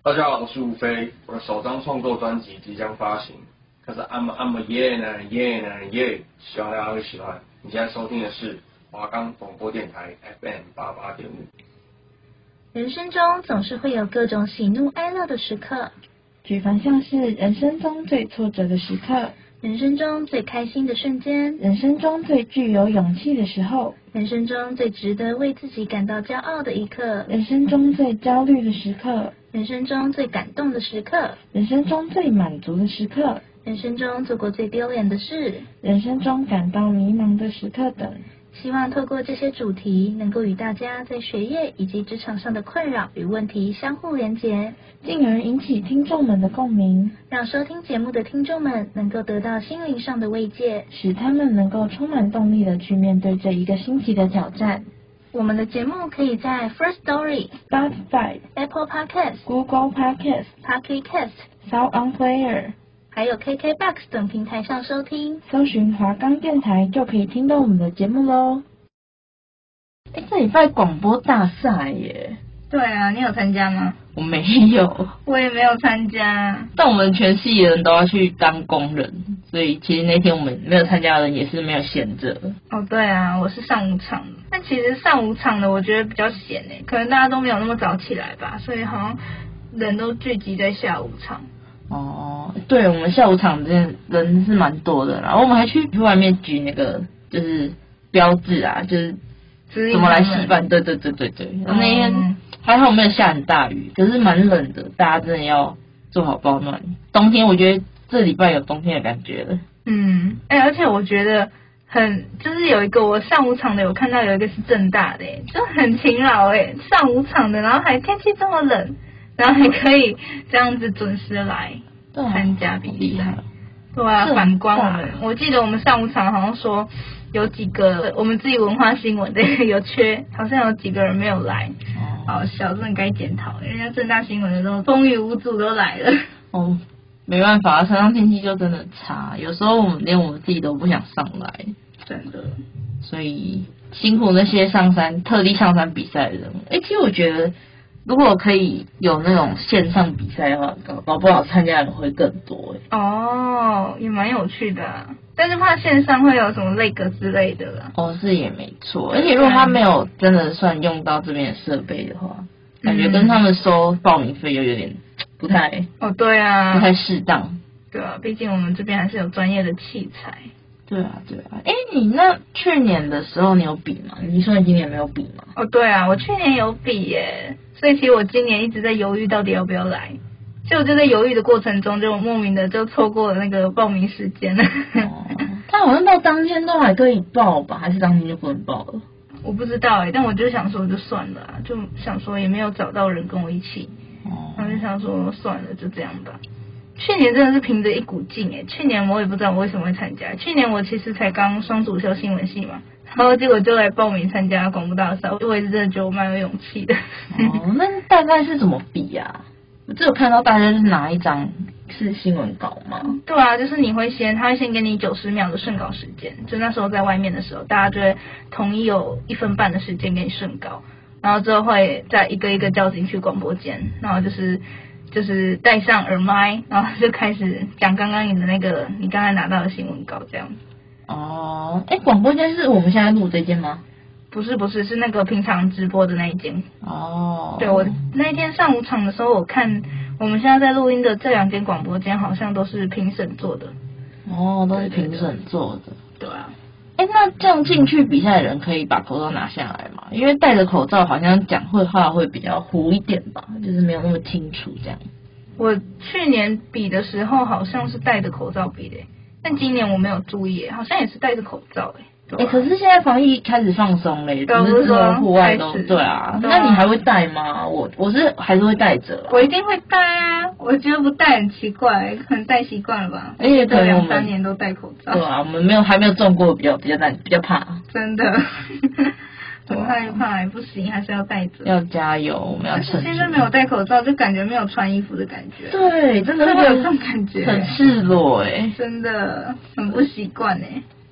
大家好，我是吴飞，我的首张创作专辑即将发行，可是 I'm a yeah， 希望大家会喜欢。你现在收听的是华冈广播电台 FM88.5。 人生中总是会有各种喜怒哀乐的时刻， 举凡像是人生中最挫折的时刻， 人生中最开心的瞬间， 人生中最具有勇气的时候， 人生中最值得为自己感到骄傲的一刻， 人生中最焦虑的时刻， 人生中最感动的时刻， 人生中最满足的时刻， 人生中做过最丢脸的事， 人生中感到迷茫的时刻等。 希望透过这些主题，能够与大家在学业以及职场上的困扰与问题相互连结， 进而引起听众们的共鸣， 让收听节目的听众们能够得到心灵上的慰藉， 使他们能够充满动力的去面对这一个星期的挑战。 我们的节目可以在 First Story、Spotify、Apple Podcasts、Google Podcasts、Pocket Cast、Sound On Player 还有 KKBOX 等平台上收听， 搜寻华冈电台就可以听到我们的节目咯。这礼拜广播大赛耶。 对啊，你有参加吗？ 我没有， 我也没有参加。 但我们全系的人都要去当工人，所以其实那天我们没有参加的人也是没有闲着。 哦，对啊，我是上午场的。但其实上午场的我觉得比较闲诶，可能大家都没有那么早起来吧，所以好像人都聚集在下午场。 哦，对，我们下午场真的人是蛮多的，然后我们还去外面举那个就是标志啊，就是怎么来戏班，对。那天还好没有下很大雨，可是蛮冷的，大家真的要做好保暖。冬天我觉得这礼拜有冬天的感觉了。 而且我觉得就是有一个我上午场的有看到有一个是政大的就很勤劳上午场的，然后还天气这么冷，然后还可以这样子准时来参加比赛。对啊，反观我记得我们上午场好像说有几个我们自己文化新闻的有缺，好像有几个人没有来。好笑，真的该检讨，人家政大新闻的都风雨无阻都来了。 哦，没办法，山上天气就真的差，有时候我们连我们自己都不想上来， 真的。 所以辛苦那些特地上山比赛的人。其实我觉得如果可以有那种线上比赛的话，搞不好参加的人会更多哦，也蛮有趣的但是怕线上会有什么累格之类的啦。 是也没错，而且如果他没有真的算用到这边的设备的话，感觉跟他们收报名费又有点不太对啊， 不太适当。 对啊，毕竟我们这边还是有专业的器材。 对啊。你那去年的时候你有比吗？你说你今年没有比吗？ 对啊，我去年有比耶，所以其实我今年一直在犹豫到底要不要来。就在犹豫的过程中，就莫名的就错过了那个报名时间了。 他好像到当天都还可以报吧，还是当天就不能报了？ 我不知道但我就想说就算了就想说也没有找到人跟我一起，然后就想说算了就这样吧。去年真的是凭着一股劲去年我也不知道我为什么会参加，去年我其实才刚双主修新闻系嘛，然后结果就来报名参加广播大赛，我也是真的觉得我蛮有勇气的。 那大概是怎么比啊？我只有看到大家是拿一张是新闻稿吗？ 对啊，就是他会先给你90秒的顺稿时间，就那时候在外面的时候，大家就会统一有1分半的时间给你顺稿，然后之后会再一个一个叫进去广播间，然后就是戴上耳麦，然后就开始讲刚刚你刚才拿到的新闻稿这样子。 广播间是我们现在录这间吗？ 不是，是那个平常直播的那一间。对，我那一天上午场的时候，我看我们现在在录音的这2间广播间好像都是评审做的。 都是评审做的。 对啊。 那这样进去比赛的人可以把口罩拿下来吗？因为戴着口罩好像讲话会比较糊一点吧，就是没有那么清楚这样。 我去年比的时候好像是戴着口罩比的，但今年我没有注意好像也是戴着口罩可是现在防疫开始放松只是说户外都对啊。那你还会戴吗？我是还是会戴着我一定会戴啊，我觉得不戴很奇怪，可能戴习惯了吧。 而且可能我们 2-3年都戴口罩。 对啊，我们还没有中过，比较怕。 真的。很害怕不行，还是要戴着。 要加油，我们要撑住。 现在没有戴口罩，就感觉没有穿衣服的感觉。 对，真的会有这种感觉。 很赤裸真的很不习惯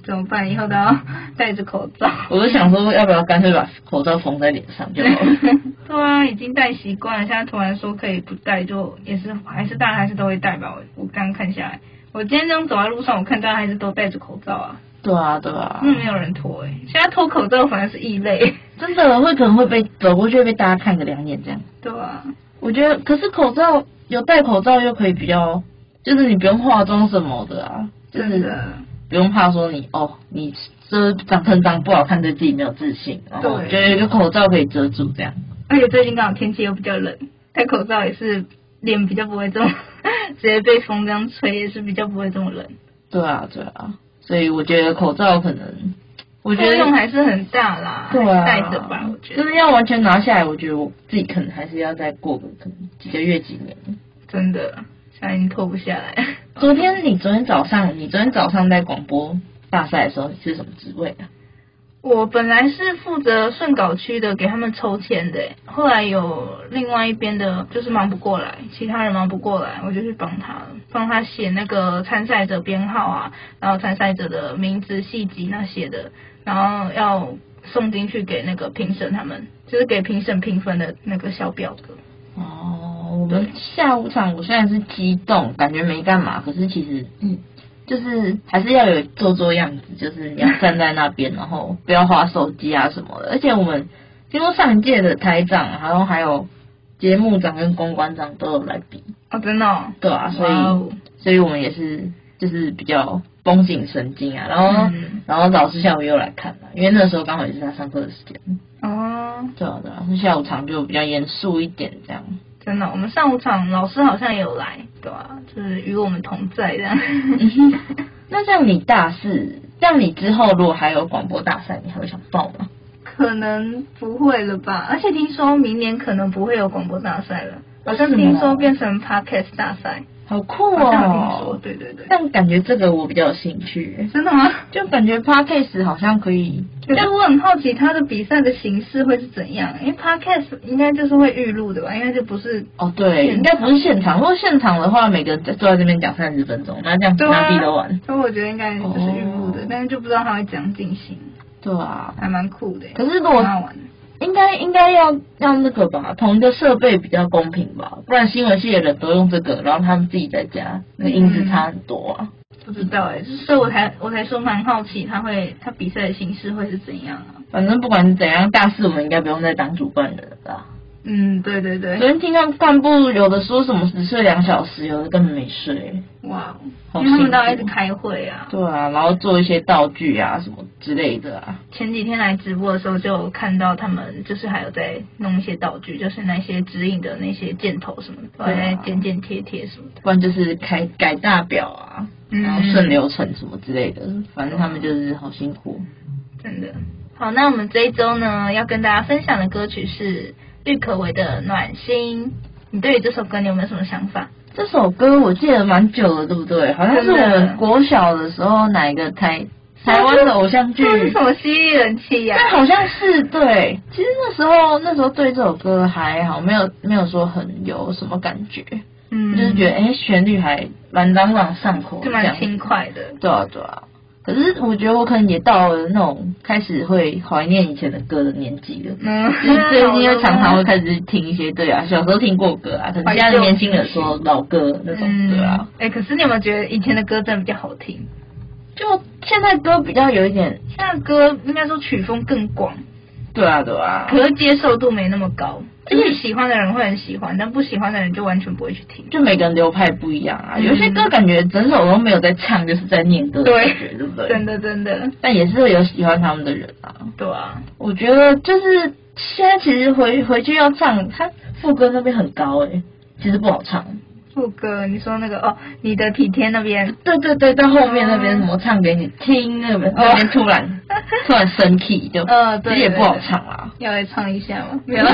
怎么办？以后都要戴着口罩。 我就想说，要不要干脆把口罩缝在脸上就好了。 对啊，已经戴习惯了，现在突然说可以不戴，就也是还是大家还是都会戴吧。我刚刚看下来，我今天这样走在路上，我看大家还是都戴着口罩啊。 对啊，对啊， 没有人脱现在脱口罩反而是异类。 真的可能会被走过去会被大家看个两眼这样。 对啊， 我觉得可是口罩有戴口罩又可以比较，就是你不用化妆什么的啊，就是不用怕说你这长不好看，对自己没有自信，然后觉得有个口罩可以遮住这样。 而且最近刚好天气又比较冷，戴口罩也是脸比较不会这么直接被风这样吹，也是比较不会这么冷。 对啊，对啊，所以我觉得口罩可能，我觉得作用还是很大啦。对啊，戴着吧，我觉得。 就是要完全拿下来，我觉得我自己可能还是要再过个可能几个月几年。 真的，现在已经脱不下来。 你昨天早上在广播大赛的时候，你是什么职位啊？ 我本来是负责顺稿区的，给他们抽签的，后来有另外一边的就是忙不过来，其他人忙不过来，我就去帮他写那个参赛者编号啊，然后参赛者的名字细节那些的，然后要送进去给那个评审他们，就是给评审评分的那个小表格。 我们下午场我虽然是激动，感觉没干嘛，可是其实就是还是要有做样子，就是你要站在那边，然后不要滑手机啊什么的。而且我们听说上一届的台长，然后还有节目长跟公关长都有来比。 真的哦。对啊，所以我们也是就是比较绷紧神经啊，然后老师下午又来看了，因为那时候刚好也是他上课的时间。对啊，下午场就比较严肃一点这样。 真的，我们上午场老师好像也有来，对啊，就是与我们同在这样。 那像你大四，像你之后如果还有广播大赛，你还会想报吗？ 可能不会了吧，而且听说明年可能不会有广播大赛了，好像听说变成 podcast 大赛。 好酷哦！ 好像有听说，对。 但感觉这个我比较有兴趣。 真的吗？ 就感觉 podcast 好像可以。 可是我很好奇它的比赛的形式会是怎样，因为 podcast 应该就是会预录的吧，应该就不是。 对，应该不是现场。如果现场的话，每个人坐在这边讲30分钟，那这样哪比得完？ 所以我觉得应该就是预录的，但是就不知道它会怎样进行。 对啊， 还蛮酷的。 可是如果应该要那个吧，同一个设备比较公平吧，不然新闻系的人都用这个，然后他们自己在家，那个音质差很多啊。 不知道所以我才说蛮好奇他比赛的形式会是怎样啊。 反正不管是怎样，大四我们应该不用再当主办人了吧。 对。 昨天听到干部有的说什么只睡2小时，有的根本没睡。 哇，因为他们都要一直开会啊。 对啊，然后做一些道具啊什么之类的啊。 前几天来直播的时候就有看到他们就是还有在弄一些道具，就是那些指引的那些箭头什么的，都在剪贴什么的。 不然就是改大表啊，然后顺流程什么之类的，反正他们就是好辛苦。 真的。好，那我们这一周呢要跟大家分享的歌曲是郁可唯的《暖心》，你对于这首歌你有没有什么想法？ 这首歌我记得蛮久了，对不对？好像是我们国小的时候哪一个台湾的偶像剧？ 是什么犀利人妻呀？ 好像是对。其实那时候对这首歌还好，没有说很有什么感觉。就是觉得旋律还蛮朗朗上口， 就蛮轻快的。 对啊。可是我觉得我可能也到了那种开始会怀念以前的歌的年纪了，就是最近又常常会开始听一些小时候听过歌啊，可能现在年轻人说老歌那种，对啊。 可是你有没有觉得以前的歌真的比较好听？ 就现在歌比较有一点， 现在歌应该说曲风更广。 对啊。 可是接受度没那么高，就是喜欢的人会很喜欢，但不喜欢的人就完全不会去听。 就每个人流派不一样啊，有些歌感觉整首都没有在唱，就是在念歌的感觉，对不对？ 真的。 但也是会有喜欢他们的人啊。 对啊。我觉得就是现在其实回去要唱，他副歌那边很高其实不好唱。 副歌，你说那个你的体贴那边， 对，到后面那边什么唱给你听，那边突然生气就，其实也不好唱啦。 要来唱一下吗？没有。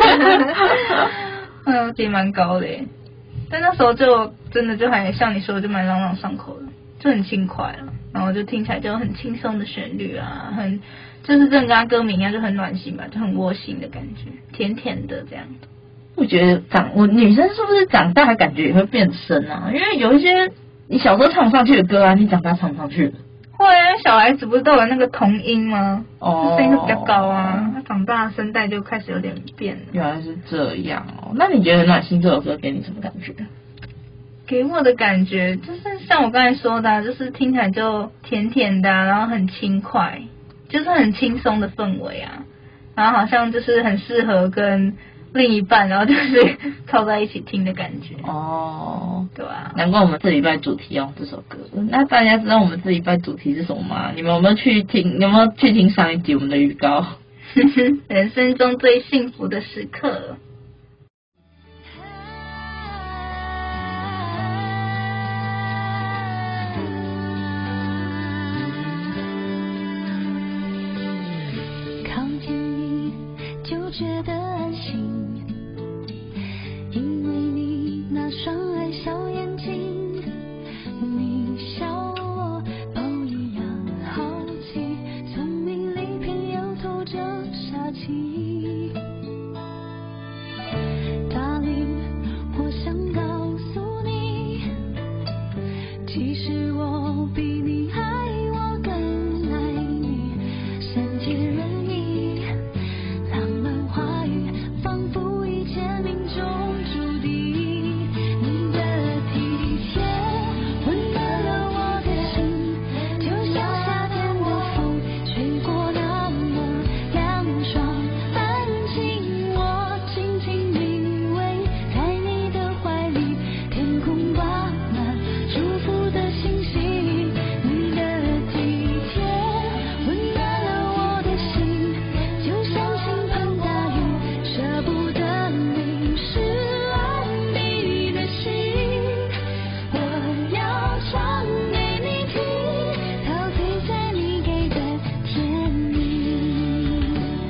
其实蛮高的耶，但那时候就真的就还像你说的，就蛮朗朗上口的，就很轻快了，然后就听起来就很轻松的旋律啊，就是真的跟他歌名一样，就很暖心吧，就很窝心的感觉，甜甜的这样。 我觉得女生是不是长大感觉也会变深啊？因为有一些你小时候唱不上去的歌啊，你长大唱不上去了。 会啊，小孩子不是都有那个童音吗？ 哦， 声音就比较高啊，他长大声带就开始有点变了。 原来是这样哦。那你觉得《暖心》这首歌给你什么感觉？ 给我的感觉就是像我刚才说的就是听起来就甜甜的然后很轻快，就是很轻松的氛围啊，然后好像就是很适合跟另一半，然后就是靠在一起听的感觉。 哦， 对啊， 难怪我们这礼拜主题用这首歌。那大家知道我们这礼拜主题是什么吗？你们有没有去听上一集我们的预告？ 人生中最幸福的时刻。 觉得安心，因为你那双爱笑眼睛，你笑我都一样好奇，聪明里偏又透着傻气。Darling， 我想告诉你，其实我比你爱我更爱你，善解人意。仿佛一切命中注定，你的体贴温暖了我的心，就像夏天的风吹过那么凉爽安静。我轻轻依偎在你的怀里，天空挂满祝福的星星，你的体贴温暖了我的心，就像倾盆大雨舍不得淋湿了你的心，我要唱给你听，陶醉在你给的甜蜜。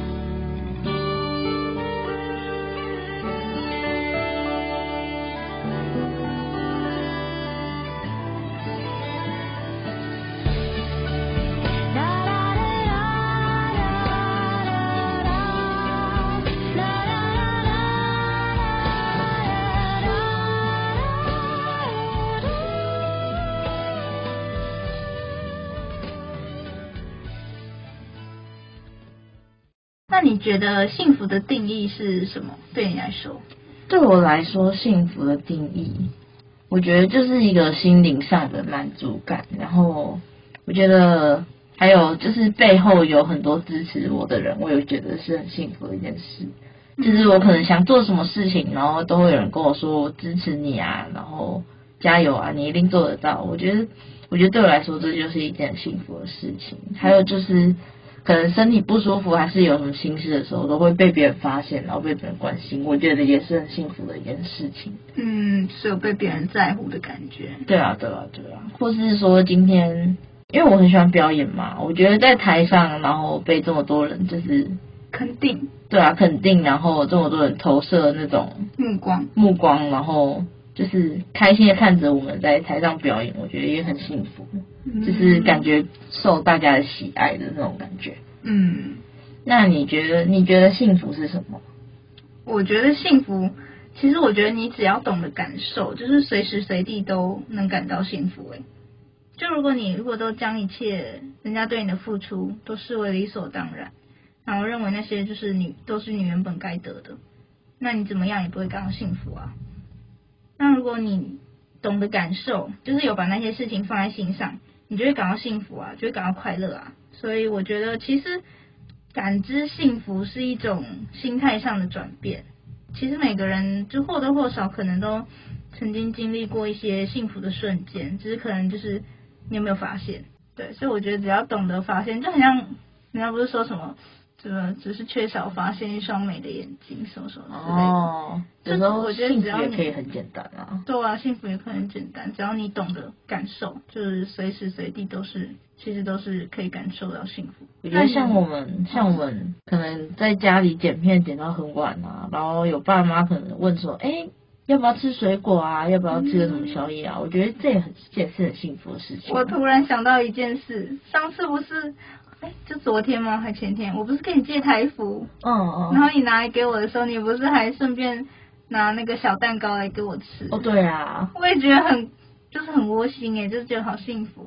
那你觉得幸福的定义是什么？对你来说？ 对我来说，幸福的定义，我觉得就是一个心灵上的满足感。然后，我觉得还有就是背后有很多支持我的人，我也觉得是很幸福的一件事。就是我可能想做什么事情，然后都会有人跟我说我支持你啊，然后加油啊，你一定做得到。我觉得对我来说，这就是一件幸福的事情。还有就是。可能身体不舒服还是有什么心事的时候，都会被别人发现，然后被别人关心，我觉得也是很幸福的一件事情。 是有被别人在乎的感觉。 对啊。或是说今天，因为我很喜欢表演嘛，我觉得在台上，然后被这么多人就是肯定。 对啊，肯定，然后这么多人投射那种目光，然后就是开心的看着我们在台上表演，我觉得也很幸福。就是感觉受大家的喜爱的那种感觉。那你觉得幸福是什么？ 我觉得幸福，其实我觉得你只要懂得感受，就是随时随地都能感到幸福。就如果都将一切人家对你的付出都视为理所当然，然后认为那些都是你原本该得的，那你怎么样也不会感到幸福啊。那如果你懂得感受，就是有把那些事情放在心上，你就会感到幸福啊，就会感到快乐啊。所以我觉得其实感知幸福是一种心态上的转变。其实每个人就或多或少可能都曾经经历过一些幸福的瞬间，只是可能就是你有没有发现。对，所以我觉得只要懂得发现，就很像人家不是说什么只是缺少发现一双美的眼睛什么什么之类的。 有时候幸福也可以很简单啊。 对啊，幸福也可以很简单，只要你懂得感受，就是随时随地其实都是可以感受到幸福。 我觉得像我们可能在家里剪片剪到很晚啊，然后有爸妈可能问说，要不要吃水果啊？要不要吃个什么宵夜啊？我觉得这也是很幸福的事情。 我突然想到一件事，上次不是就昨天吗？还前天，我不是跟你借台服，然后你拿来给我的时候，你不是还顺便拿那个小蛋糕来给我吃？ 对啊， 我也觉得很窝心就是觉得好幸福哦。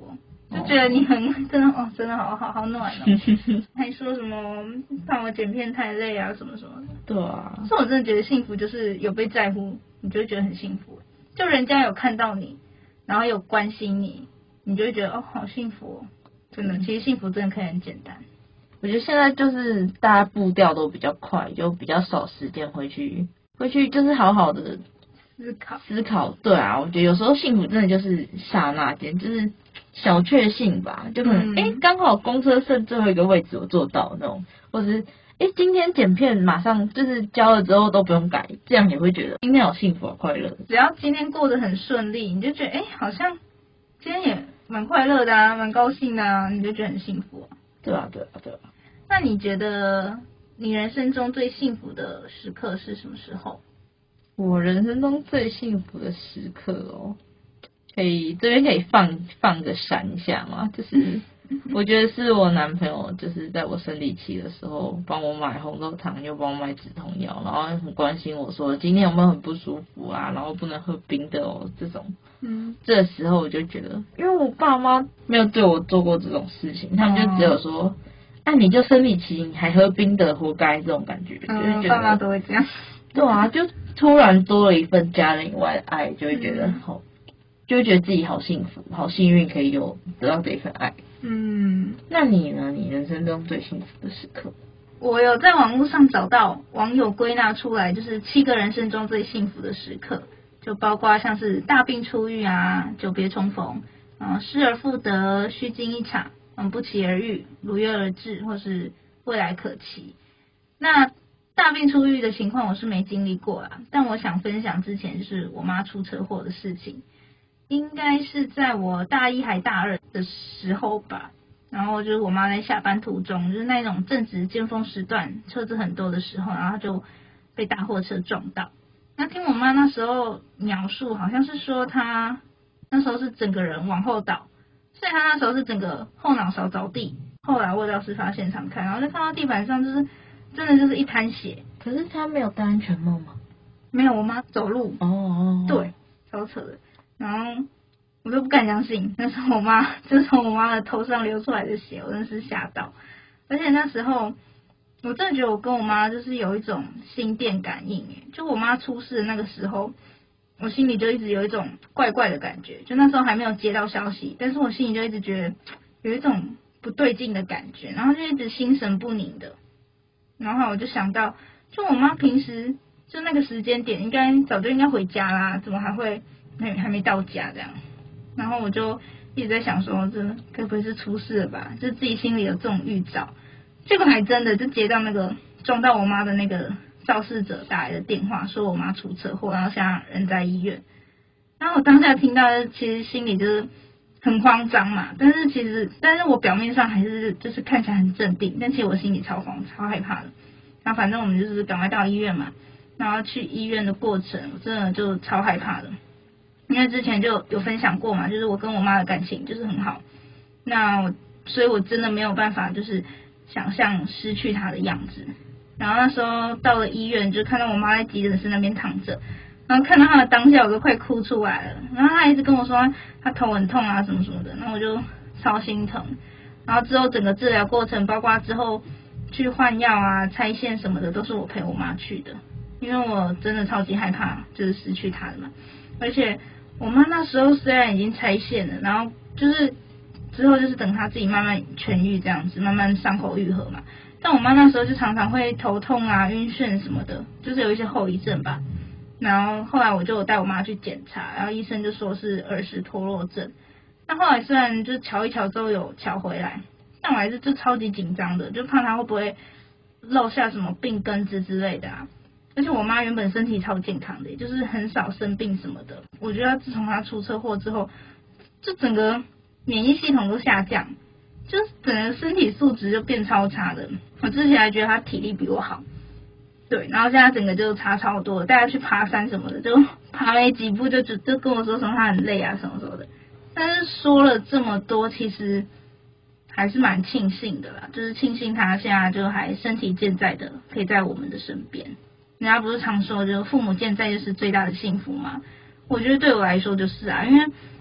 就觉得你很真的哦，真的好暖哦，还说什么怕我剪片太累啊什么什么的。 对啊， 是我真的觉得幸福就是有被在乎，你就会觉得很幸福。就人家有看到你，然后有关心你，你就会觉得哦好幸福哦。真的，其实幸福真的可以很简单。 我觉得现在就是大家步调都比较快，就比较少时间回去就是好好的思考。对啊，我觉得有时候幸福真的就是刹那间，就是小确幸吧，就可能刚好公车剩最后一个位置我坐到那种，或者是今天剪片马上就是交了之后都不用改，这样也会觉得今天好幸福好快乐。 只要今天过得很顺利，你就觉得好像今天也蛮快乐的啊，蛮高兴的啊，你就觉得很幸福啊。 对啊。 那你觉得你人生中最幸福的时刻是什么时候？ 我人生中最幸福的时刻哦，这边可以放个闪一下吗？就是我觉得是我男朋友，就是在我生理期的时候帮我买红豆汤，又帮我买止痛药，然后很关心我说今天有没有很不舒服啊，然后不能喝冰的哦这种。这时候我就觉得，因为我爸妈没有对我做过这种事情，他们就只有说，你就生理期你还喝冰的，活该这种感觉，就是觉得爸妈都会这样。 对啊，就突然多了一份家人以外的爱，就会觉得就会觉得自己好幸福、好幸运，可以得到这一份爱。那你呢？你人生中最幸福的时刻？ 我有在网络上找到网友归纳出来，就是7个人生中最幸福的时刻，就包括像是大病初愈啊、久别重逢、失而复得、虚惊一场、不期而遇、如约而至，或是未来可期。那大病初愈的情况我是没经历过啦，但我想分享之前就是我妈出车祸的事情，应该是在我大1还大2的时候吧。然后就是我妈在下班途中，就是那种正值尖峰时段，车子很多的时候，然后就被大货车撞到。那听我妈那时候描述，好像是说她那时候是整个人往后倒，所以她那时候是整个后脑勺着地。后来我到事发现场看，然后就看到地板上就是真的就是一滩血。 可是她没有戴安全帽吗？ 没有，我妈走路。对，超扯的。然后我都不敢相信，那是我妈，就从我妈的头上流出来的血，我真的是吓到。而且那时候，我真的觉得我跟我妈就是有一种心电感应，就我妈出事的那个时候，我心里就一直有一种怪怪的感觉。就那时候还没有接到消息，但是我心里就一直觉得有一种不对劲的感觉，然后就一直心神不宁的。然后我就想到，就我妈平时就那个时间点，早就应该回家啦，怎么还没到家这样？然后我就一直在想说，这该不会是出事了吧？就自己心里有这种预兆。结果还真的就接到那个撞到我妈的那个肇事者打来的电话，说我妈出车祸，然后现在人在医院。然后我当下听到，其实心里就是很慌张嘛。但是我表面上还是就是看起来很镇定，但其实我心里超慌、超害怕的。然后反正我们就是赶快到医院嘛。然后去医院的过程，我真的就超害怕的。因为之前就有分享过嘛，就是我跟我妈的感情就是很好，所以我真的没有办法就是想象失去她的样子。然后那时候到了医院，就看到我妈在急诊室那边躺着，然后看到她的当下，我都快哭出来了。然后她一直跟我说她头很痛啊什么什么的，然后我就超心疼。然后之后整个治疗过程，包括之后去换药啊、拆线什么的，都是我陪我妈去的，因为我真的超级害怕就是失去她的嘛。而且我妈那时候虽然已经拆线了，然后就是之后就是等她自己慢慢痊愈这样子，慢慢伤口愈合嘛。但我妈那时候就常常会头痛啊、晕眩什么的，就是有一些后遗症吧。然后后来我就带我妈去检查，然后医生就说是儿时脱落症。那后来虽然就瞧一瞧之后有瞧回来，但我还是就超级紧张的，就怕她会不会落下什么病根子之类的啊。而且我妈原本身体超健康的，就是很少生病什么的。我觉得自从她出车祸之后，就整个免疫系统都下降，就整个身体素质就变超差的。我之前还觉得她体力比我好，对，然后现在整个就差超多，带她去爬山什么的，就爬没几步就跟我说什么她很累啊什么什么的。但是说了这么多，其实还是蛮庆幸的啦，就是庆幸她现在就还身体健在的，可以在我们的身边。人家不是常说就父母健在就是最大的幸福吗？我觉得对我来说就是啊，因为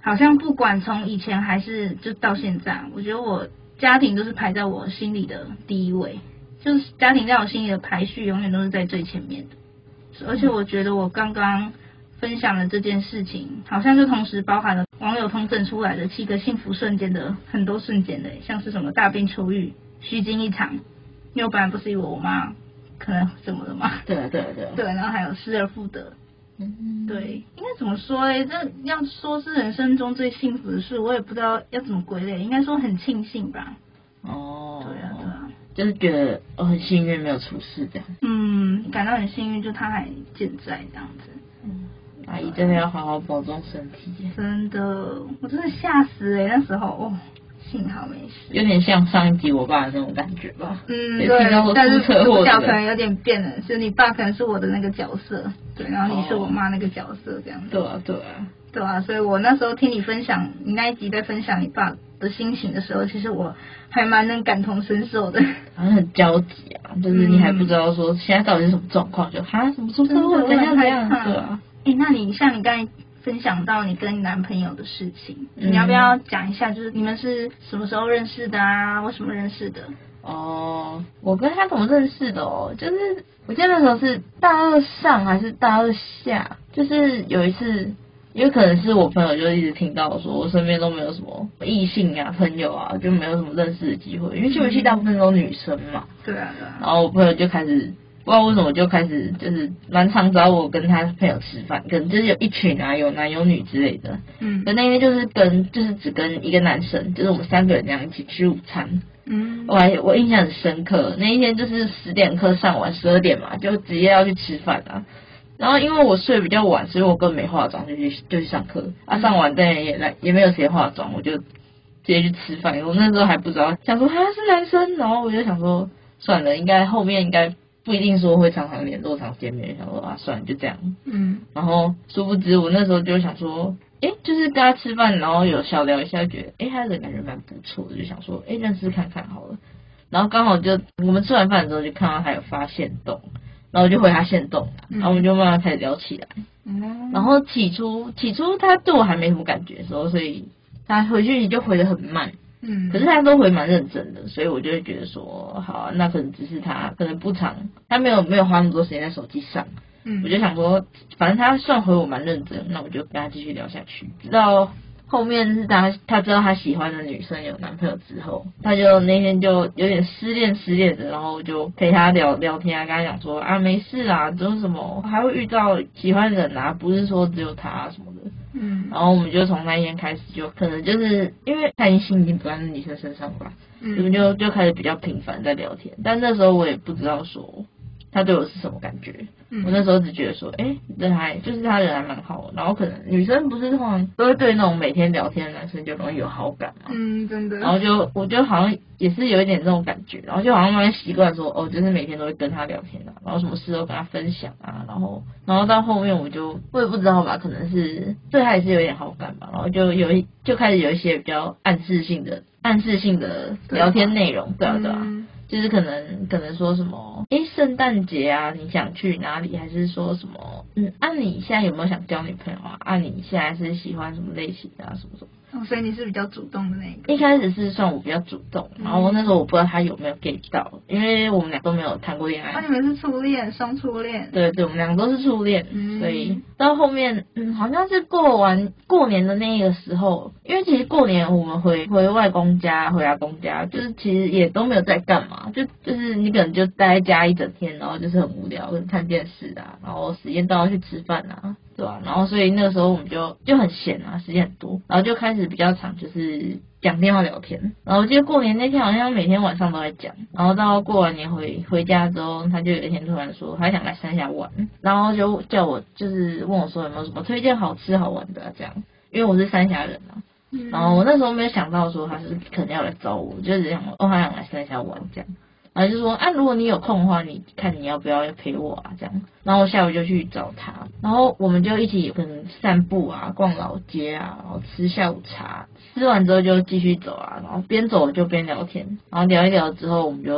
好像不管从以前还是就到现在，我觉得我家庭都是排在我心里的第一位，就是家庭在我心里的排序永远都是在最前面的。而且我觉得我刚刚分享的这件事情，好像就同时包含了网友通证出来的7个幸福瞬间的很多瞬间的，像是什么大病初愈、虚惊一场，因为我本来不是以为我妈可能怎么了嘛， 对， 然后还有失而复得。对，应该怎么说这要说是人生中最幸福的事，我也不知道要怎么归类，应该说很庆幸吧。 哦， 对啊， 就是觉得很幸运没有出事这样。 感到很幸运，就他还健在这样子。 阿姨真的要好好保重身体。 真的，我真的吓死那时候幸好没事。 有点像上一集我爸的那种感觉吧。 对， 听但是主角可的能有点变了，是你爸可能是我的那个角色，对，然后你是我妈那个角色这样子。对啊，所以我那时候听你分享，你那一集在分享你爸的心情的时候，其实我还蛮能感同身受的。 好像很焦急啊，就是你还不知道说现在到底是什么状况，就什么出车祸怎样，对啊。 那你像你刚才分享到你跟你男朋友的事情，你要不要讲一下，就是你们是什么时候认识的啊？为什么认识的？ 我跟他怎么认识的就是我记得那时候是大2上还是大2下，就是有一次，因为可能是我朋友就一直听到说我身边都没有什么异性啊朋友啊，就没有什么认识的机会，因为新闻系大部分都女生嘛。 对啊。 然后我朋友就开始不知道为什么就开始就是蛮常找我跟他朋友吃饭，可能就是有一群啊，有男有女之类的。可那天就是只跟一个男生，就是我们3个人这样一起吃午餐。我印象很深刻，那一天就是10点课上完12点嘛，就直接要去吃饭啊。然后因为我睡比较晚，所以我根本没化妆就去上课啊。上完但也没有时间化妆，我就直接去吃饭。我那时候还不知道，想说他是男生，然后我就想说算了，后面应该不一定说会常常联络、常见面，想说算了就这样。然后殊不知我那时候就想说，就是跟他吃饭，然后有小聊一下，觉得他人感觉蛮不错的，就想说认识看看好了。然后刚好就我们吃完饭之后就看到他有发限动，然后我就回他限动，然后我们就慢慢开始聊起来。然后起初他对我还没什么感觉的时候，所以他回去就回得很慢。可是他都回蛮认真的，所以我就会觉得说，好啊，那可能只是他可能不常，他没有花那么多时间在手机上。我就想说，反正他算回我蛮认真，那我就跟他继续聊下去，直到后面是他知道他喜欢的女生有男朋友之后，他就那天就有点失恋的，然后我就陪他聊天啊，跟他讲说没事啊，就是什么还会遇到喜欢的人啊，不是说只有他什么的。然后我们就从那一天开始，就可能就是因为他心已经不在那女生身上吧，我们就开始比较频繁在聊天。但那时候我也不知道说他对我是什么感觉，我那时候只觉得说，就是他人还蛮好的。然后可能女生不是通常都会对那种每天聊天的男生就容易有好感嘛， 真的。 然后我就好像也是有一点这种感觉，然后就好像慢慢习惯说，就是每天都会跟他聊天啊，然后什么事都跟他分享啊，然后到后面我也不知道吧，可能是对他也是有点好感吧，然后就开始有一些比较暗示性的聊天内容，对啊。就是可能说什么，圣诞节啊，你想去哪里？还是说什么，你现在有没有想交女朋友啊？你现在是喜欢什么类型的啊？什么什么？ 所以你是比较主动的那个。 一开始是算我比较主动，然后那时候我不知道他有没有 get 到，因为我们俩都没有谈过恋爱。 你们是初恋，双初恋。 对，我们两个都是初恋，所以到后面，好像是过年的那个时候，因为其实过年我们回外公家、回阿公家，就是其实也都没有在干嘛，就是你可能就待在家一整天，然后就是很无聊，看电视啊，然后时间到要去吃饭啊。对吧？然后所以那个时候我们就很闲啊，时间很多，然后就开始比较常就是讲电话聊天。然后我记得过年那天好像每天晚上都在讲，然后到过完年回家之后，他就有一天突然说他想来三峡玩，然后就叫我就是问我说有没有什么推荐好吃好玩的这样，因为我是三峡人啊。然后我那时候没有想到说他是可能要来找我，就是想他想来三峡玩这样。然后就说如果你有空的话，你看你要不要陪我啊这样。然后我下午就去找他，然后我们就一起可能散步啊，逛老街啊，然后吃下午茶，吃完之后就继续走啊，然后边走就边聊天，然后聊一聊之后我们就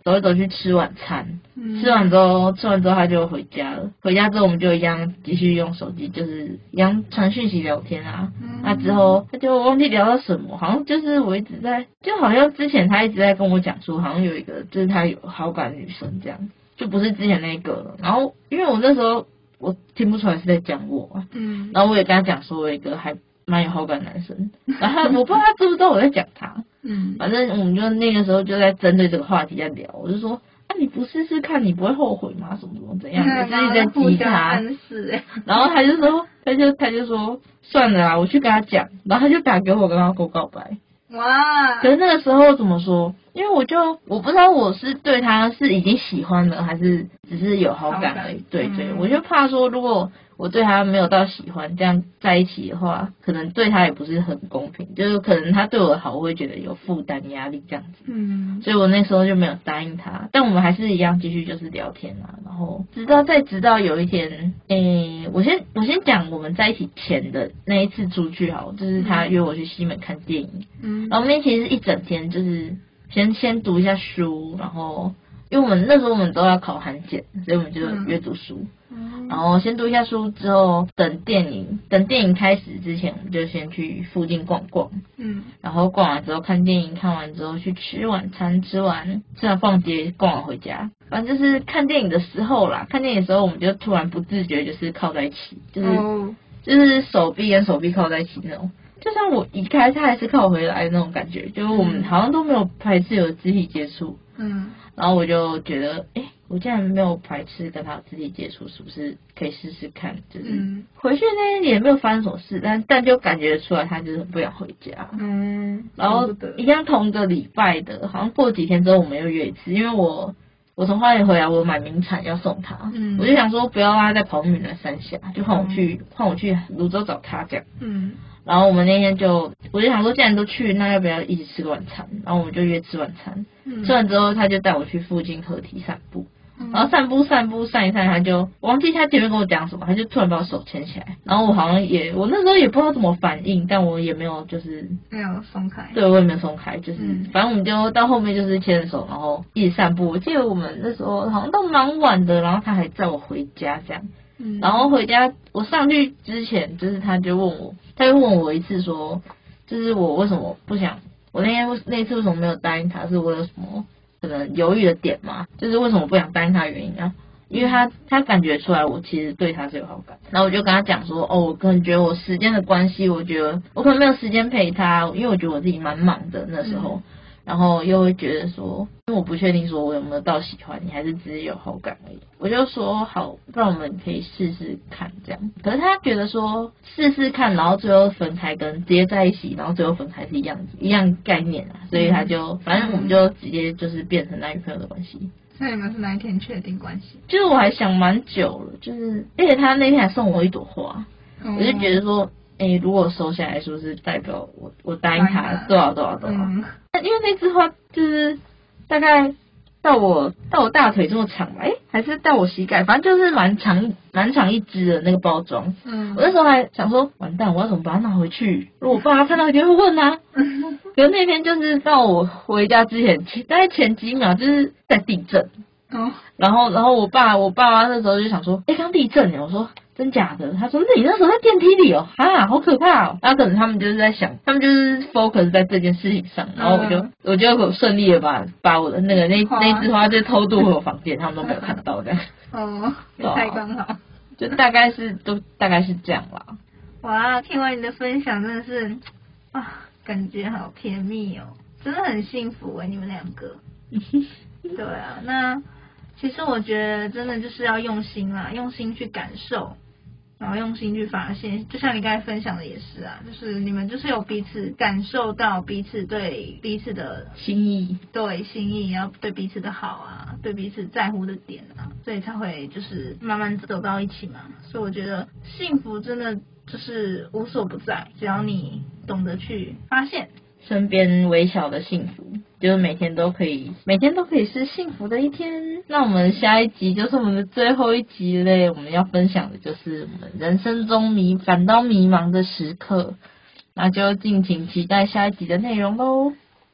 走一走去吃晚餐，吃完之后他就回家了。回家之后我们就一样继续用手机，就是一样传讯息聊天啊。那之后他就忘记聊到什么，好像就是我一直在，就好像之前他一直在跟我讲说，好像有一个就是他有好感的女生这样，就不是之前那个了。然后因为我那时候我听不出来是在讲我啊，然后我也跟他讲说我有一个还蛮有好感的男生，然后我不知道他知不知道我在讲他，反正我们就那个时候就在针对这个话题在聊，我就说啊你不试试看你不会后悔吗？什么什么怎样？我自己在激他，然后他就说他就说算了啦，我去跟他讲，然后他就打给我跟他告白。 哇！ 可是那个时候怎么说？因为我不知道我是对他是已经喜欢了，还是只是有好感而已。对，我就怕说，如果我对他没有到喜欢，这样在一起的话，可能对他也不是很公平，就是可能他对我好，我会觉得有负担压力这样子。所以我那时候就没有答应他，但我们还是一样继续就是聊天啊，然后直到有一天，我先讲我们在一起前的那一次出去好，就是他约我去西门看电影，然后那天其实是一整天，就是先读一下书，然后因为那时候我们都要考韩检，所以我们就约读书，然后先读一下书之后，等电影开始之前，我们就先去附近逛逛，然后逛完之后看电影，看完之后去吃晚餐，吃完逛街，逛完回家，反正就是看电影的时候啦，看电影的时候我们就突然不自觉就是靠在一起，就是手臂跟手臂靠在一起那种。就算我移开，他还是靠回来的那种感觉，就是我们好像都没有排斥有肢体接触。然后我就觉得，我竟然没有排斥跟他肢体接触，是不是可以试试看？就是回去那天也没有发生什么事，但就感觉出来他就是很不想回家。然后一样同个礼拜的，好像过几天之后我们又约一次，因为我从花莲回来，我买名产要送他，我就想说不要让他再跑闽南三峡，就换我去泸州找他这样。然后我们那天我就想说，既然都去，那要不要一起吃个晚餐？然后我们就约吃晚餐。吃完之后，他就带我去附近河堤散步。然后散步散一散，我忘记他前面跟我讲什么，他就突然把我手牵起来。然后我好像我那时候也不知道怎么反应，但我也没有就是没有松开。对， 我也没有松开，就是反正我们就到后面就是牵着手，然后一直散步。我记得我们那时候好像都蛮晚的，然后他还载我回家这样。然后回家，我上去之前，就是他就问我一次说，就是我为什么不想，我那一次为什么没有答应他，是我有什么可能犹豫的点嘛？就是为什么不想答应他的原因啊？因为他感觉出来我其实对他是有好感，然后我就跟他讲说，我可能觉得我时间的关系，我觉得我可能没有时间陪他，因为我觉得我自己蛮忙的那时候。然后又会觉得说，因为我不确定说我有没有到喜欢你，还是只是有好感而已。我就说好，不然我们可以试试看这样。可是他觉得说试试看，然后最后分开跟直接在一起，然后最后分开是一样概念啊。所以他就反正我们就直接就是变成男女朋友的关系。 那你们是哪一天确定关系？ 就是我还想蛮久了，就是而且他那天还送我一朵花，我就觉得说。如果收下来，是不是代表我答应他多少？因为那枝花就是大概到我大腿这么长吧，还是到我膝盖，反正就是蛮长一支的那个包装。我那时候还想说，完蛋，我要怎么把它拿回去？如果我爸看到一定会问啊。可是那天就是到我回家之前，大概前几秒就是在地震。然后我爸妈那时候就想说，刚地震我说。真假的？他说你那时候在电梯里哦，好可怕哦。然后可能他们就是在想，他们就是 focus 在这件事情上，然后我就顺利的把我的那枝花就偷渡回我房间，他们都没有看到这样。 太刚好。 就大概是这样啦。 哇，听完你的分享真的是感觉好甜蜜哦，真的很幸福你们两个。对啊，那其实我觉得真的就是要用心啦，用心去感受。然后用心去发现，就像你刚才分享的也是啊，就是你们就是有彼此感受到彼此对彼此的心意， 然后对彼此的好啊，对彼此在乎的点啊，所以才会就是慢慢走到一起嘛。所以我觉得幸福真的就是无所不在，只要你懂得去发现。 身边微小的幸福，就是每天都可以是幸福的一天。那我们下一集就是我们的最后一集嘞，我们要分享的就是我们人生中感到迷茫的时刻，那就敬请期待下一集的内容咯。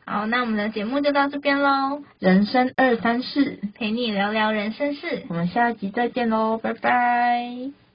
好，那我们的节目就到这边喽， 人生234， 陪你聊聊人生事， 我们下集再见喽，拜拜。